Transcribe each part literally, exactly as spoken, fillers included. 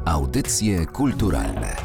Audycje kulturalne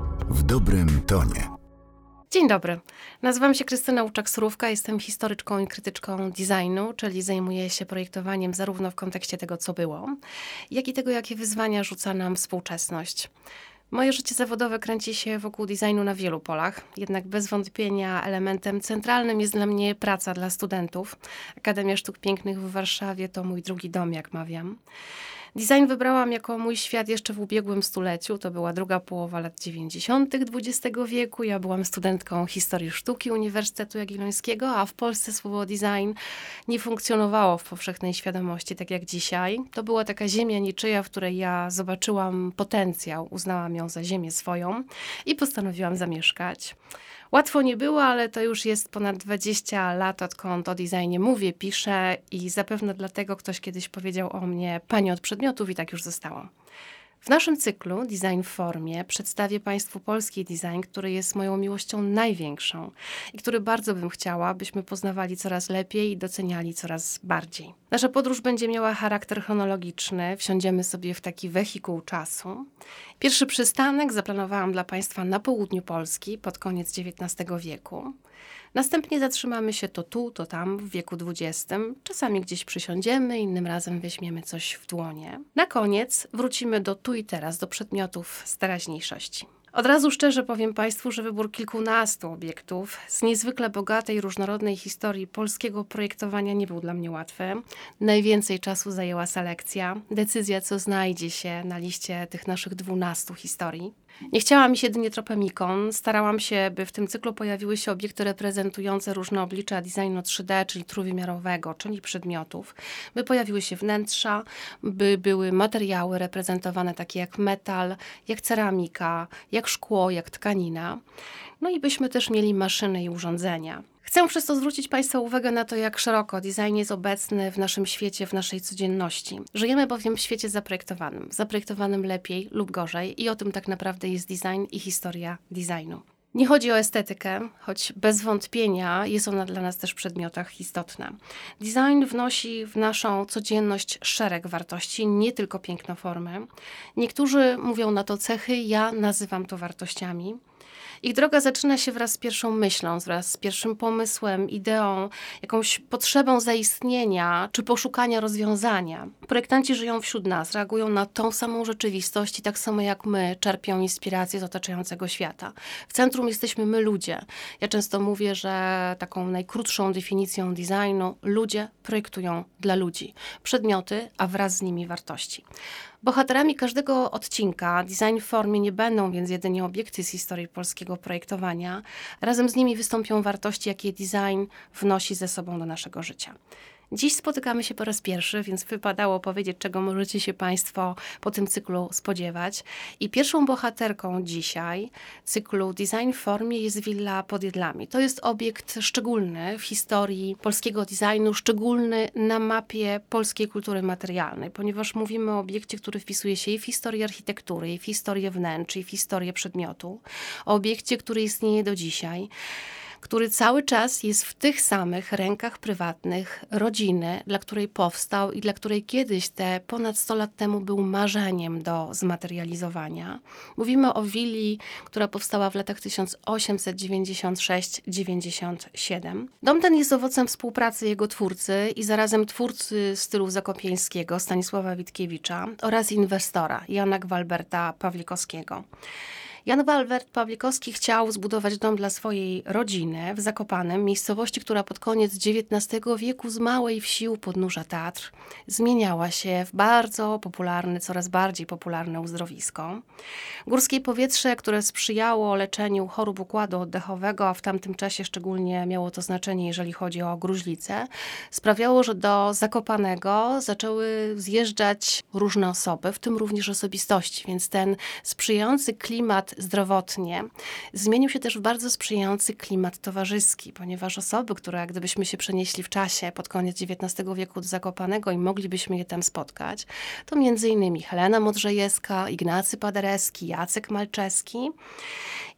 w dobrym tonie. Dzień dobry. Nazywam się Krystyna Łuczak-Surówka, jestem historyczką i krytyczką designu, czyli zajmuję się projektowaniem zarówno w kontekście tego, co było, jak i tego, jakie wyzwania rzuca nam współczesność. Moje życie zawodowe kręci się wokół designu na wielu polach, jednak bez wątpienia elementem centralnym jest dla mnie praca dla studentów. Akademia Sztuk Pięknych w Warszawie to mój drugi dom, jak mawiam. Design wybrałam jako mój świat jeszcze w ubiegłym stuleciu. To była druga połowa lat dziewięćdziesiątych dwudziestego wieku. Ja byłam studentką historii sztuki Uniwersytetu Jagiellońskiego, a w Polsce słowo design nie funkcjonowało w powszechnej świadomości, tak jak dzisiaj. To była taka ziemia niczyja, w której ja zobaczyłam potencjał, uznałam ją za ziemię swoją i postanowiłam zamieszkać. Łatwo nie było, ale to już jest ponad dwadzieścia lat, odkąd o designie mówię, piszę i zapewne dlatego ktoś kiedyś powiedział o mnie pani od przedmiotów i tak już zostało. W naszym cyklu Design w formie przedstawię Państwu polski design, który jest moją miłością największą i który bardzo bym chciała, byśmy poznawali coraz lepiej i doceniali coraz bardziej. Nasza podróż będzie miała charakter chronologiczny, wsiądziemy sobie w taki wehikuł czasu. Pierwszy przystanek zaplanowałam dla Państwa na południu Polski pod koniec dziewiętnastego wieku. Następnie zatrzymamy się to tu, to tam w wieku dwudziestym. Czasami gdzieś przysiądziemy, innym razem weźmiemy coś w dłonie. Na koniec wrócimy do tu i teraz, do przedmiotów z teraźniejszości. Od razu szczerze powiem Państwu, że wybór kilkunastu obiektów z niezwykle bogatej, różnorodnej historii polskiego projektowania nie był dla mnie łatwy. Najwięcej czasu zajęła selekcja, decyzja, co znajdzie się na liście tych naszych dwunastu historii. Nie chciałam iść jedynie tropem ikon, starałam się, by w tym cyklu pojawiły się obiekty reprezentujące różne oblicza designu trzy D, czyli trójwymiarowego, czyli przedmiotów, by pojawiły się wnętrza, by były materiały reprezentowane takie jak metal, jak ceramika, jak szkło, jak tkanina, no i byśmy też mieli maszyny i urządzenia. Chcę przez to zwrócić Państwa uwagę na to, jak szeroko design jest obecny w naszym świecie, w naszej codzienności. Żyjemy bowiem w świecie zaprojektowanym, zaprojektowanym lepiej lub gorzej i o tym tak naprawdę jest design i historia designu. Nie chodzi o estetykę, choć bez wątpienia jest ona dla nas też w przedmiotach istotna. Design wnosi w naszą codzienność szereg wartości, nie tylko piękno formy. Niektórzy mówią na to cechy, ja nazywam to wartościami. Ich droga zaczyna się wraz z pierwszą myślą, wraz z pierwszym pomysłem, ideą, jakąś potrzebą zaistnienia czy poszukania rozwiązania. Projektanci żyją wśród nas, reagują na tą samą rzeczywistość i tak samo jak my czerpią inspirację z otaczającego świata. W centrum jesteśmy my ludzie. Ja często mówię, że taką najkrótszą definicją designu ludzie projektują dla ludzi. Przedmioty, a wraz z nimi wartości. Bohaterami każdego odcinka design w formie nie będą więc jedynie obiekty z historii polskiego projektowania. Razem z nimi wystąpią wartości, jakie design wnosi ze sobą do naszego życia. Dziś spotykamy się po raz pierwszy, więc wypadało powiedzieć, czego możecie się Państwo po tym cyklu spodziewać. I pierwszą bohaterką dzisiaj cyklu Design w formie jest Willa pod Jedlami. To jest obiekt szczególny w historii polskiego designu, szczególny na mapie polskiej kultury materialnej, ponieważ mówimy o obiekcie, który wpisuje się i w historię architektury, i w historię wnętrz, i w historię przedmiotu. O obiekcie, który istnieje do dzisiaj, który cały czas jest w tych samych rękach prywatnych rodziny, dla której powstał i dla której kiedyś te ponad sto lat temu był marzeniem do zmaterializowania. Mówimy o willi, która powstała w latach tysiąc osiemset dziewięćdziesiąt sześć dziewięćdziesiąt siedem. Dom ten jest owocem współpracy jego twórcy i zarazem twórcy stylu zakopieńskiego Stanisława Witkiewicza oraz inwestora Jana Gwalberta Pawlikowskiego. Jan Gwalbert Pawlikowski chciał zbudować dom dla swojej rodziny w Zakopanem, miejscowości, która pod koniec dziewiętnastego wieku z małej wsi u podnóża Tatr zmieniała się w bardzo popularne, coraz bardziej popularne uzdrowisko. Górskie powietrze, które sprzyjało leczeniu chorób układu oddechowego, a w tamtym czasie szczególnie miało to znaczenie, jeżeli chodzi o gruźlicę, sprawiało, że do Zakopanego zaczęły zjeżdżać różne osoby, w tym również osobistości, więc ten sprzyjający klimat zdrowotnie zmienił się też w bardzo sprzyjający klimat towarzyski, ponieważ osoby, które jak gdybyśmy się przenieśli w czasie pod koniec dziewiętnastego wieku do Zakopanego i moglibyśmy je tam spotkać, to między innymi Helena Modrzejewska, Ignacy Paderewski, Jacek Malczewski.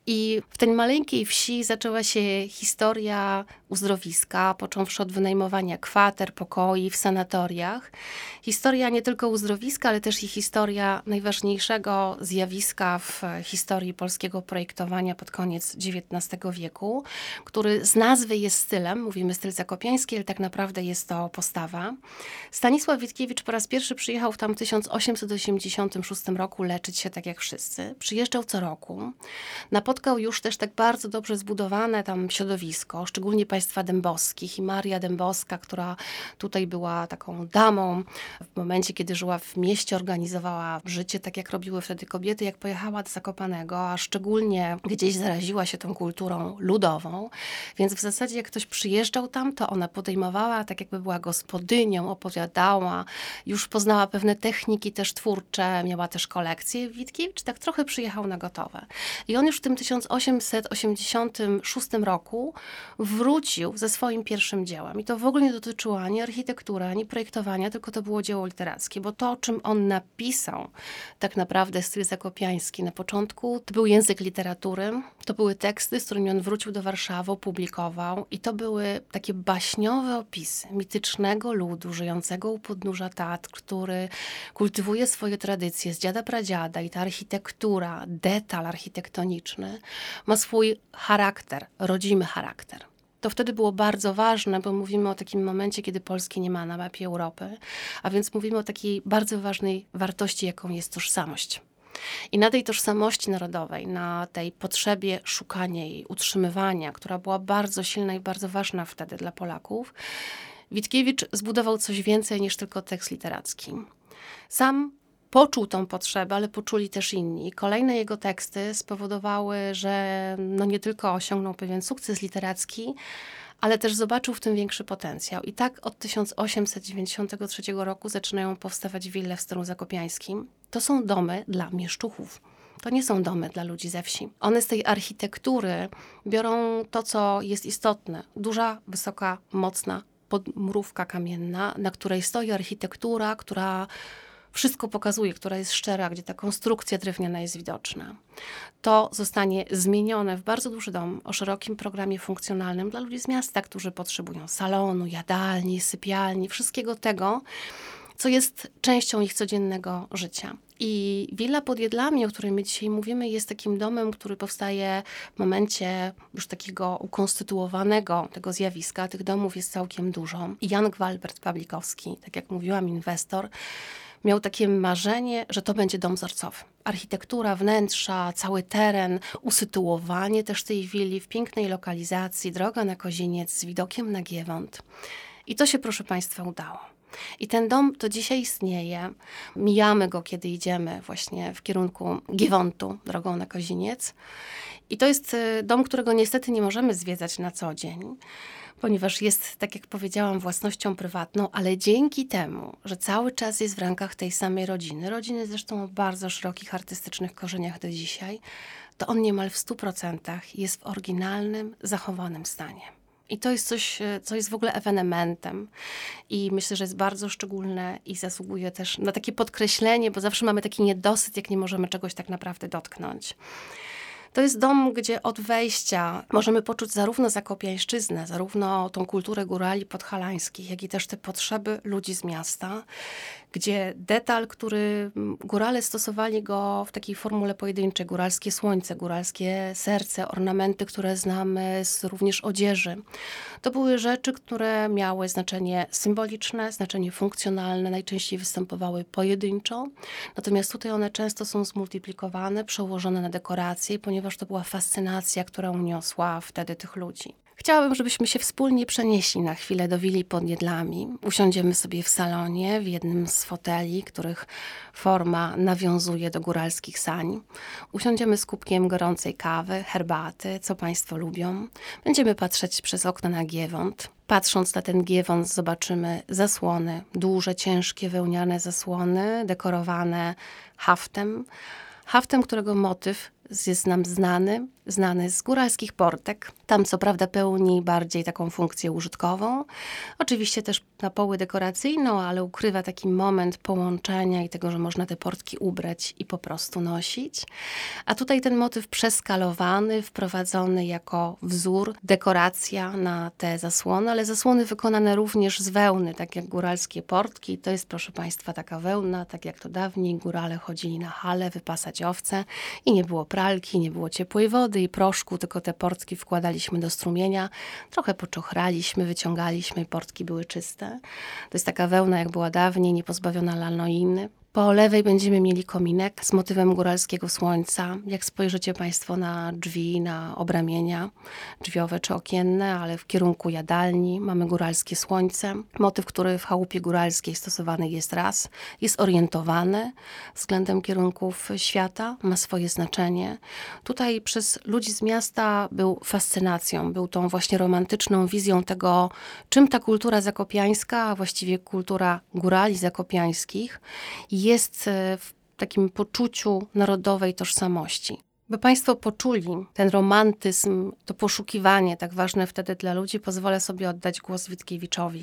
I w tej maleńkiej wsi zaczęła się historia uzdrowiska, począwszy od wynajmowania kwater, pokoi w sanatoriach. Historia nie tylko uzdrowiska, ale też i historia najważniejszego zjawiska w historii polskiego projektowania pod koniec dziewiętnastego wieku, który z nazwy jest stylem, mówimy styl zakopiański, ale tak naprawdę jest to postawa. Stanisław Witkiewicz po raz pierwszy przyjechał w tam tysiąc osiemset osiemdziesiątym szóstym roku leczyć się tak jak wszyscy. Przyjeżdżał co roku. Napotkał już też tak bardzo dobrze zbudowane tam środowisko, szczególnie państwa dębowskich i Maria Dębowska, która tutaj była taką damą. W momencie, kiedy żyła w mieście, organizowała życie tak, jak robiły wtedy kobiety, jak pojechała do Zakopanego, a szczególnie gdzieś zaraziła się tą kulturą ludową. Więc w zasadzie jak ktoś przyjeżdżał tam, to ona podejmowała, tak jakby była gospodynią, opowiadała, już poznała pewne techniki też twórcze, miała też kolekcje. Witkiewicz tak trochę przyjechał na gotowe. I on już w tym tysiąc osiemset osiemdziesiątym szóstym roku wrócił ze swoim pierwszym dziełem. I to w ogóle nie dotyczyło ani architektury, ani projektowania, tylko to było dzieło literackie, bo to, o czym on napisał, tak naprawdę styl zakopiański na początku, to był język literatury, to były teksty, z którymi on wrócił do Warszawy, opublikował i to były takie baśniowe opisy mitycznego ludu żyjącego u podnóża Tatr, który kultywuje swoje tradycje z dziada pradziada i ta architektura, detal architektoniczny ma swój charakter, rodzimy charakter. To wtedy było bardzo ważne, bo mówimy o takim momencie, kiedy Polski nie ma na mapie Europy, a więc mówimy o takiej bardzo ważnej wartości, jaką jest tożsamość. I na tej tożsamości narodowej, na tej potrzebie szukania jej, utrzymywania, która była bardzo silna i bardzo ważna wtedy dla Polaków, Witkiewicz zbudował coś więcej niż tylko tekst literacki. Sam poczuł tą potrzebę, ale poczuli też inni. Kolejne jego teksty spowodowały, że no nie tylko osiągnął pewien sukces literacki, ale też zobaczył w tym większy potencjał. I tak od tysiąc osiemset dziewięćdziesiątego trzeciego roku zaczynają powstawać wille w stylu zakopiańskim. To są domy dla mieszczuchów. To nie są domy dla ludzi ze wsi. One z tej architektury biorą to, co jest istotne. Duża, wysoka, mocna podmurówka kamienna, na której stoi architektura, która wszystko pokazuje, która jest szczera, gdzie ta konstrukcja drewniana jest widoczna. To zostanie zmienione w bardzo duży dom o szerokim programie funkcjonalnym dla ludzi z miasta, którzy potrzebują salonu, jadalni, sypialni, wszystkiego tego, co jest częścią ich codziennego życia. I Willa pod Jedlami, o której my dzisiaj mówimy, jest takim domem, który powstaje w momencie już takiego ukonstytuowanego tego zjawiska. Tych domów jest całkiem dużo. I Jan Gwalbert Pawlikowski, tak jak mówiłam, inwestor, miał takie marzenie, że to będzie dom wzorcowy. Architektura, wnętrza, cały teren, usytuowanie też tej willi w pięknej lokalizacji, droga na Koziniec z widokiem na Giewont. I to się, proszę Państwa, udało. I ten dom to dzisiaj istnieje. Mijamy go, kiedy idziemy właśnie w kierunku Giewontu, drogą na Koziniec. I to jest dom, którego niestety nie możemy zwiedzać na co dzień, ponieważ jest, tak jak powiedziałam, własnością prywatną, ale dzięki temu, że cały czas jest w rękach tej samej rodziny, rodziny zresztą o bardzo szerokich artystycznych korzeniach do dzisiaj, to on niemal w stu procentach jest w oryginalnym, zachowanym stanie. I to jest coś, co jest w ogóle ewenementem i myślę, że jest bardzo szczególne i zasługuje też na takie podkreślenie, bo zawsze mamy taki niedosyt, jak nie możemy czegoś tak naprawdę dotknąć. To jest dom, gdzie od wejścia możemy poczuć zarówno zakopiańszczyznę, zarówno tą kulturę górali podhalańskich, jak i też te potrzeby ludzi z miasta, gdzie detal, który górale stosowali go w takiej formule pojedynczej, góralskie słońce, góralskie serce, ornamenty, które znamy z również odzieży. To były rzeczy, które miały znaczenie symboliczne, znaczenie funkcjonalne, najczęściej występowały pojedynczo, natomiast tutaj one często są zmultiplikowane, przełożone na dekoracje, ponieważ to była fascynacja, która uniosła wtedy tych ludzi. Chciałabym, żebyśmy się wspólnie przenieśli na chwilę do willi pod Jedlami. Usiądziemy sobie w salonie, w jednym z foteli, których forma nawiązuje do góralskich sań. Usiądziemy z kubkiem gorącej kawy, herbaty, co Państwo lubią. Będziemy patrzeć przez okno na Giewont. Patrząc na ten Giewont zobaczymy zasłony, duże, ciężkie, wełniane zasłony, dekorowane haftem. Haftem, którego motyw jest nam znany, znany z góralskich portek. Tam co prawda pełni bardziej taką funkcję użytkową. Oczywiście też na poły dekoracyjną, ale ukrywa taki moment połączenia i tego, że można te portki ubrać i po prostu nosić. A tutaj ten motyw przeskalowany, wprowadzony jako wzór, dekoracja na te zasłony, ale zasłony wykonane również z wełny, tak jak góralskie portki. To jest, proszę Państwa, taka wełna, tak jak to dawniej górale chodzili na hale wypasać owce i nie było pralki, nie było ciepłej wody i proszku, tylko te portki wkładaliśmy do strumienia, trochę poczochraliśmy, wyciągaliśmy i portki były czyste. To jest taka wełna, jak była dawniej, niepozbawiona lanoiny. Po lewej będziemy mieli kominek z motywem góralskiego słońca. Jak spojrzycie Państwo na drzwi, na obramienia drzwiowe czy okienne, ale w kierunku jadalni mamy góralskie słońce. Motyw, który w chałupie góralskiej stosowany jest raz, jest orientowany względem kierunków świata, ma swoje znaczenie. Tutaj przez ludzi z miasta był fascynacją, był tą właśnie romantyczną wizją tego, czym ta kultura zakopiańska, a właściwie kultura górali zakopiańskich jest w takim poczuciu narodowej tożsamości. By Państwo poczuli ten romantyzm, to poszukiwanie tak ważne wtedy dla ludzi, pozwolę sobie oddać głos Witkiewiczowi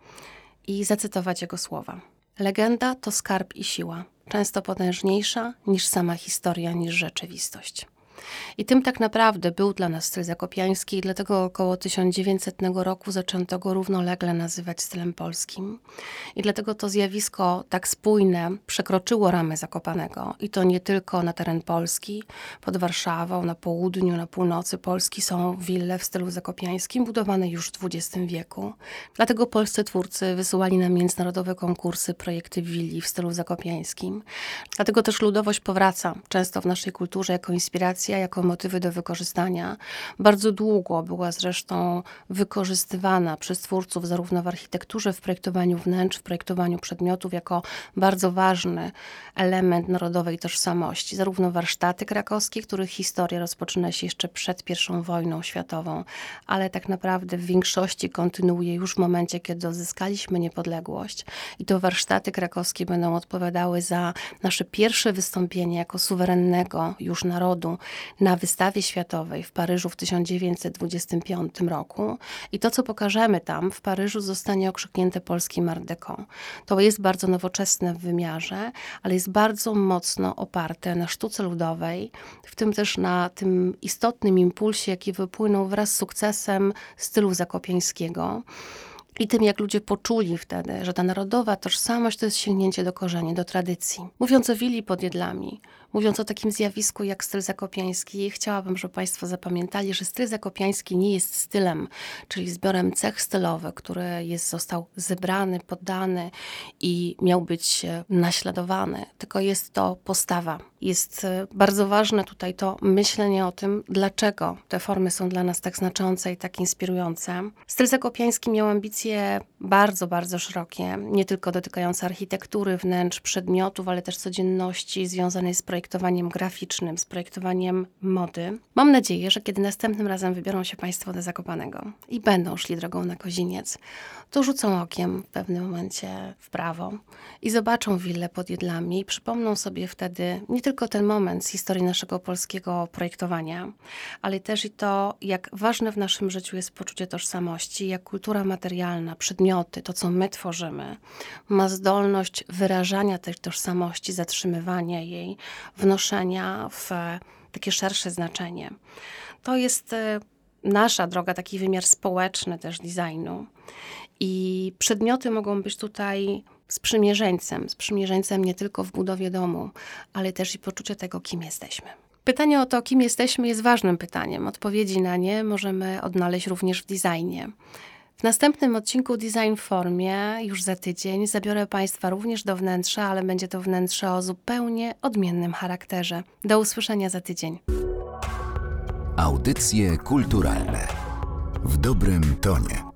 i zacytować jego słowa. Legenda to skarb i siła, często potężniejsza niż sama historia, niż rzeczywistość. I tym tak naprawdę był dla nas styl zakopiański i dlatego około tysiąc dziewięćsetnego roku zaczęto go równolegle nazywać stylem polskim. I dlatego to zjawisko tak spójne przekroczyło ramy Zakopanego i to nie tylko na teren Polski, pod Warszawą, na południu, na północy Polski są wille w stylu zakopiańskim budowane już w dwudziestym wieku. Dlatego polscy twórcy wysyłali na międzynarodowe konkursy projekty willi w stylu zakopiańskim. Dlatego też ludowość powraca często w naszej kulturze jako inspiracja, jako motywy do wykorzystania. Bardzo długo była zresztą wykorzystywana przez twórców zarówno w architekturze, w projektowaniu wnętrz, w projektowaniu przedmiotów jako bardzo ważny element narodowej tożsamości. Zarówno warsztaty krakowskie, których historia rozpoczyna się jeszcze przed pierwszą wojną światową, ale tak naprawdę w większości kontynuuje już w momencie, kiedy odzyskaliśmy niepodległość. I to warsztaty krakowskie będą odpowiadały za nasze pierwsze wystąpienie jako suwerennego już narodu na wystawie światowej w Paryżu w tysiąc dziewięćset dwudziestym piątym roku i to, co pokażemy tam w Paryżu, zostanie okrzyknięte polskim Art Deco. To jest bardzo nowoczesne w wymiarze, ale jest bardzo mocno oparte na sztuce ludowej, w tym też na tym istotnym impulsie, jaki wypłynął wraz z sukcesem stylu zakopiańskiego. I tym, jak ludzie poczuli wtedy, że ta narodowa tożsamość to jest sięgnięcie do korzeni, do tradycji. Mówiąc o willi pod Jedlami, mówiąc o takim zjawisku jak styl zakopiański, chciałabym, żeby Państwo zapamiętali, że styl zakopiański nie jest stylem, czyli zbiorem cech stylowych, który jest, został zebrany, poddany i miał być naśladowany, tylko jest to postawa. Jest bardzo ważne tutaj to myślenie o tym, dlaczego te formy są dla nas tak znaczące i tak inspirujące. Styl zakopiański miał ambicje bardzo, bardzo szerokie, nie tylko dotykające architektury, wnętrz, przedmiotów, ale też codzienności związanej z projektowaniem graficznym, z projektowaniem mody. Mam nadzieję, że kiedy następnym razem wybiorą się Państwo do Zakopanego i będą szli drogą na Koziniec, to rzucą okiem w pewnym momencie w prawo i zobaczą willę pod Jedlami i przypomną sobie wtedy nie tylko ten moment z historii naszego polskiego projektowania, ale też i to, jak ważne w naszym życiu jest poczucie tożsamości, jak kultura materialna, przedmioty, to co my tworzymy, ma zdolność wyrażania tej tożsamości, zatrzymywania jej, wnoszenia w takie szersze znaczenie. To jest nasza droga, taki wymiar społeczny też designu. I przedmioty mogą być tutaj sprzymierzeńcem, sprzymierzeńcem nie tylko w budowie domu, ale też i poczucie tego, kim jesteśmy. Pytanie o to, kim jesteśmy, jest ważnym pytaniem. Odpowiedzi na nie możemy odnaleźć również w designie. W następnym odcinku Design w formie, już za tydzień, zabiorę Państwa również do wnętrza, ale będzie to wnętrze o zupełnie odmiennym charakterze. Do usłyszenia za tydzień. Audycje kulturalne w dobrym tonie.